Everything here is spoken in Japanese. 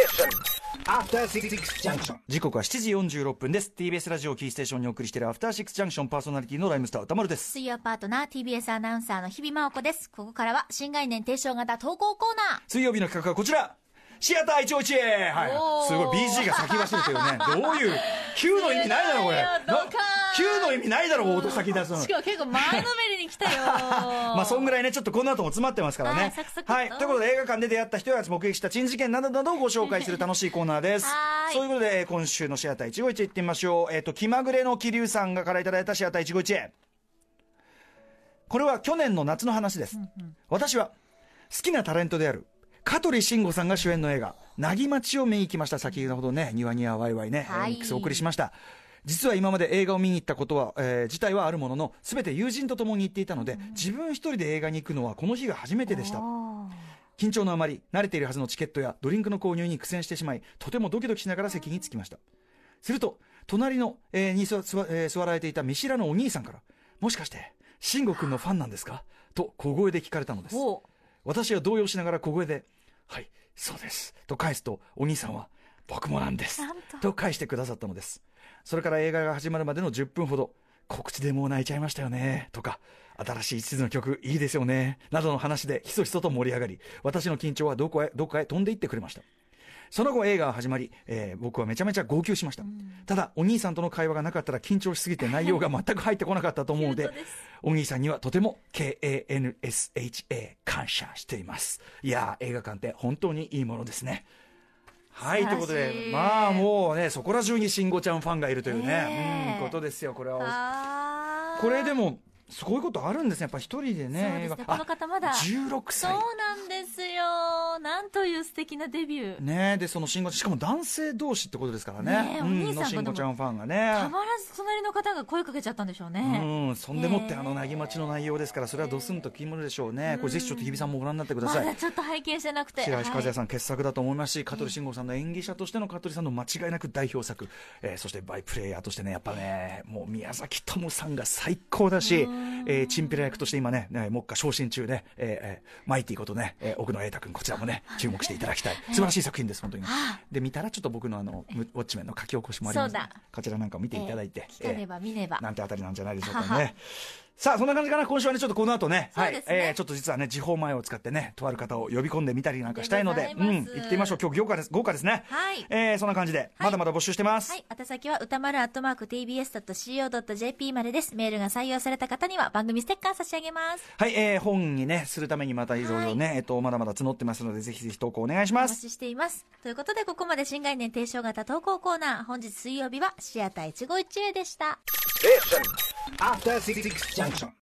アフターシックスジャンクション。時刻は7時46分です。 TBS ラジオキーステーションにお送りしているアフターシックスジャンクション、パーソナリティのライムスター歌丸です。 水曜パートナー TBS アナウンサーの日々真央子です。ここからは新概念提唱型投稿コーナー。 水曜日の企画はこちら、シアター一期一会、はい、すごい BG が先走るというね。どういうQ の意味ないだろこれ。Q の意味ないだろ音先出すの。 しかも結構前のめりに来たよまあそんぐらいね、ちょっとこの後も詰まってますからね。 サクサクはい、ということで映画館で出会った人や目撃した珍事件などなどをご紹介する楽しいコーナーですそういうことで今週のシアター一期一会行ってみましょう。気まぐれの桐生さんがからいただいたシアター一期一会、これは去年の夏の話です、私は好きなタレントである香取慎吾さんが主演の映画なぎまちを見に行きました。先ほどね、ニワニワワイワイね、ミックスお送りしました。実は今まで映画を見に行ったことは、自体はあるものの、全て友人と共に行っていたので、自分一人で映画に行くのはこの日が初めてでした。緊張のあまり慣れているはずのチケットやドリンクの購入に苦戦してしまい、とてもドキドキしながら席に着きました。すると隣の、に座られていた見知らぬお兄さんから、もしかして慎吾くんのファンなんですかと小声で聞かれたのです。私は動揺しながら小声で、はいそうですと返すと、お兄さんは僕もなんですと返してくださったのです。それから映画が始まるまでの10分ほど、告知でもう泣いちゃいましたよねとか、新しい地図の曲いいですよねなどの話でひそひそと盛り上がり、私の緊張はどこかへ飛んでいってくれました。その後映画が始まり、僕はめちゃめちゃ号泣しました、ただお兄さんとの会話がなかったら緊張しすぎて内容が全く入ってこなかったと思うのでお兄さんにはとても KANSHA 感謝しています。いや映画館って本当にいいものですね。はい、ということで、まあもうね、そこら中に慎吾ちゃんファンがいるというね、ことですよ。これはこれでもそういうことあるんですね、やっぱ一人でね。 そうですね、この方まだ 16歳。 そうなんですよ。なんという素敵なデビューね。でその慎吾ちゃん、しかも男性同士ってことですからね、 お兄さんが慎吾ちゃんファンがね、 たまらず隣の方が声かけちゃったんでしょうね。 そんでもってなぎまちの内容ですから、それはドスンと決まるでしょうね。これぜひちょっと日比さんもご覧になってください。 まだちょっと拝見してなくて、 白石和也さん傑作だと思いますし、香取慎吾さんの演技者としての香取さんの間違いなく代表作、そしてバイプレイヤーとしてね、やっぱね、もう宮崎智さんが最高だし、チンピラ役として今ね、目下昇進中で、マイティことね、奥野瑛太君、こちらもね注目していただきたい素晴らしい作品です本当に。で見たらちょっと僕のウォッチメンの書き起こしもありますので、こちらなんかを見ていただいて、 聞かねば見ねばなんてあたりなんじゃないでしょうかね。さあそんな感じかな。今週はねちょっとこの後ね、はい、ちょっと実はね時報前を使ってね、とある方を呼び込んでみたりなんかしたいので、行ってみましょう。今日豪華ですね。はい、そんな感じで、まだまだ募集してます。 はい、宛先は歌丸@tbs.co.jp までです。メールが採用された方には番組ステッカー差し上げます。 はい、本にねするためにまたいろいろね、まだまだ募ってますので、ぜひぜひ投稿お願いします。 お待ちしています。ということで、ここまで新概念提唱型投稿コーナー、本日水曜日はシアター一期一会でした。 After 66 junction.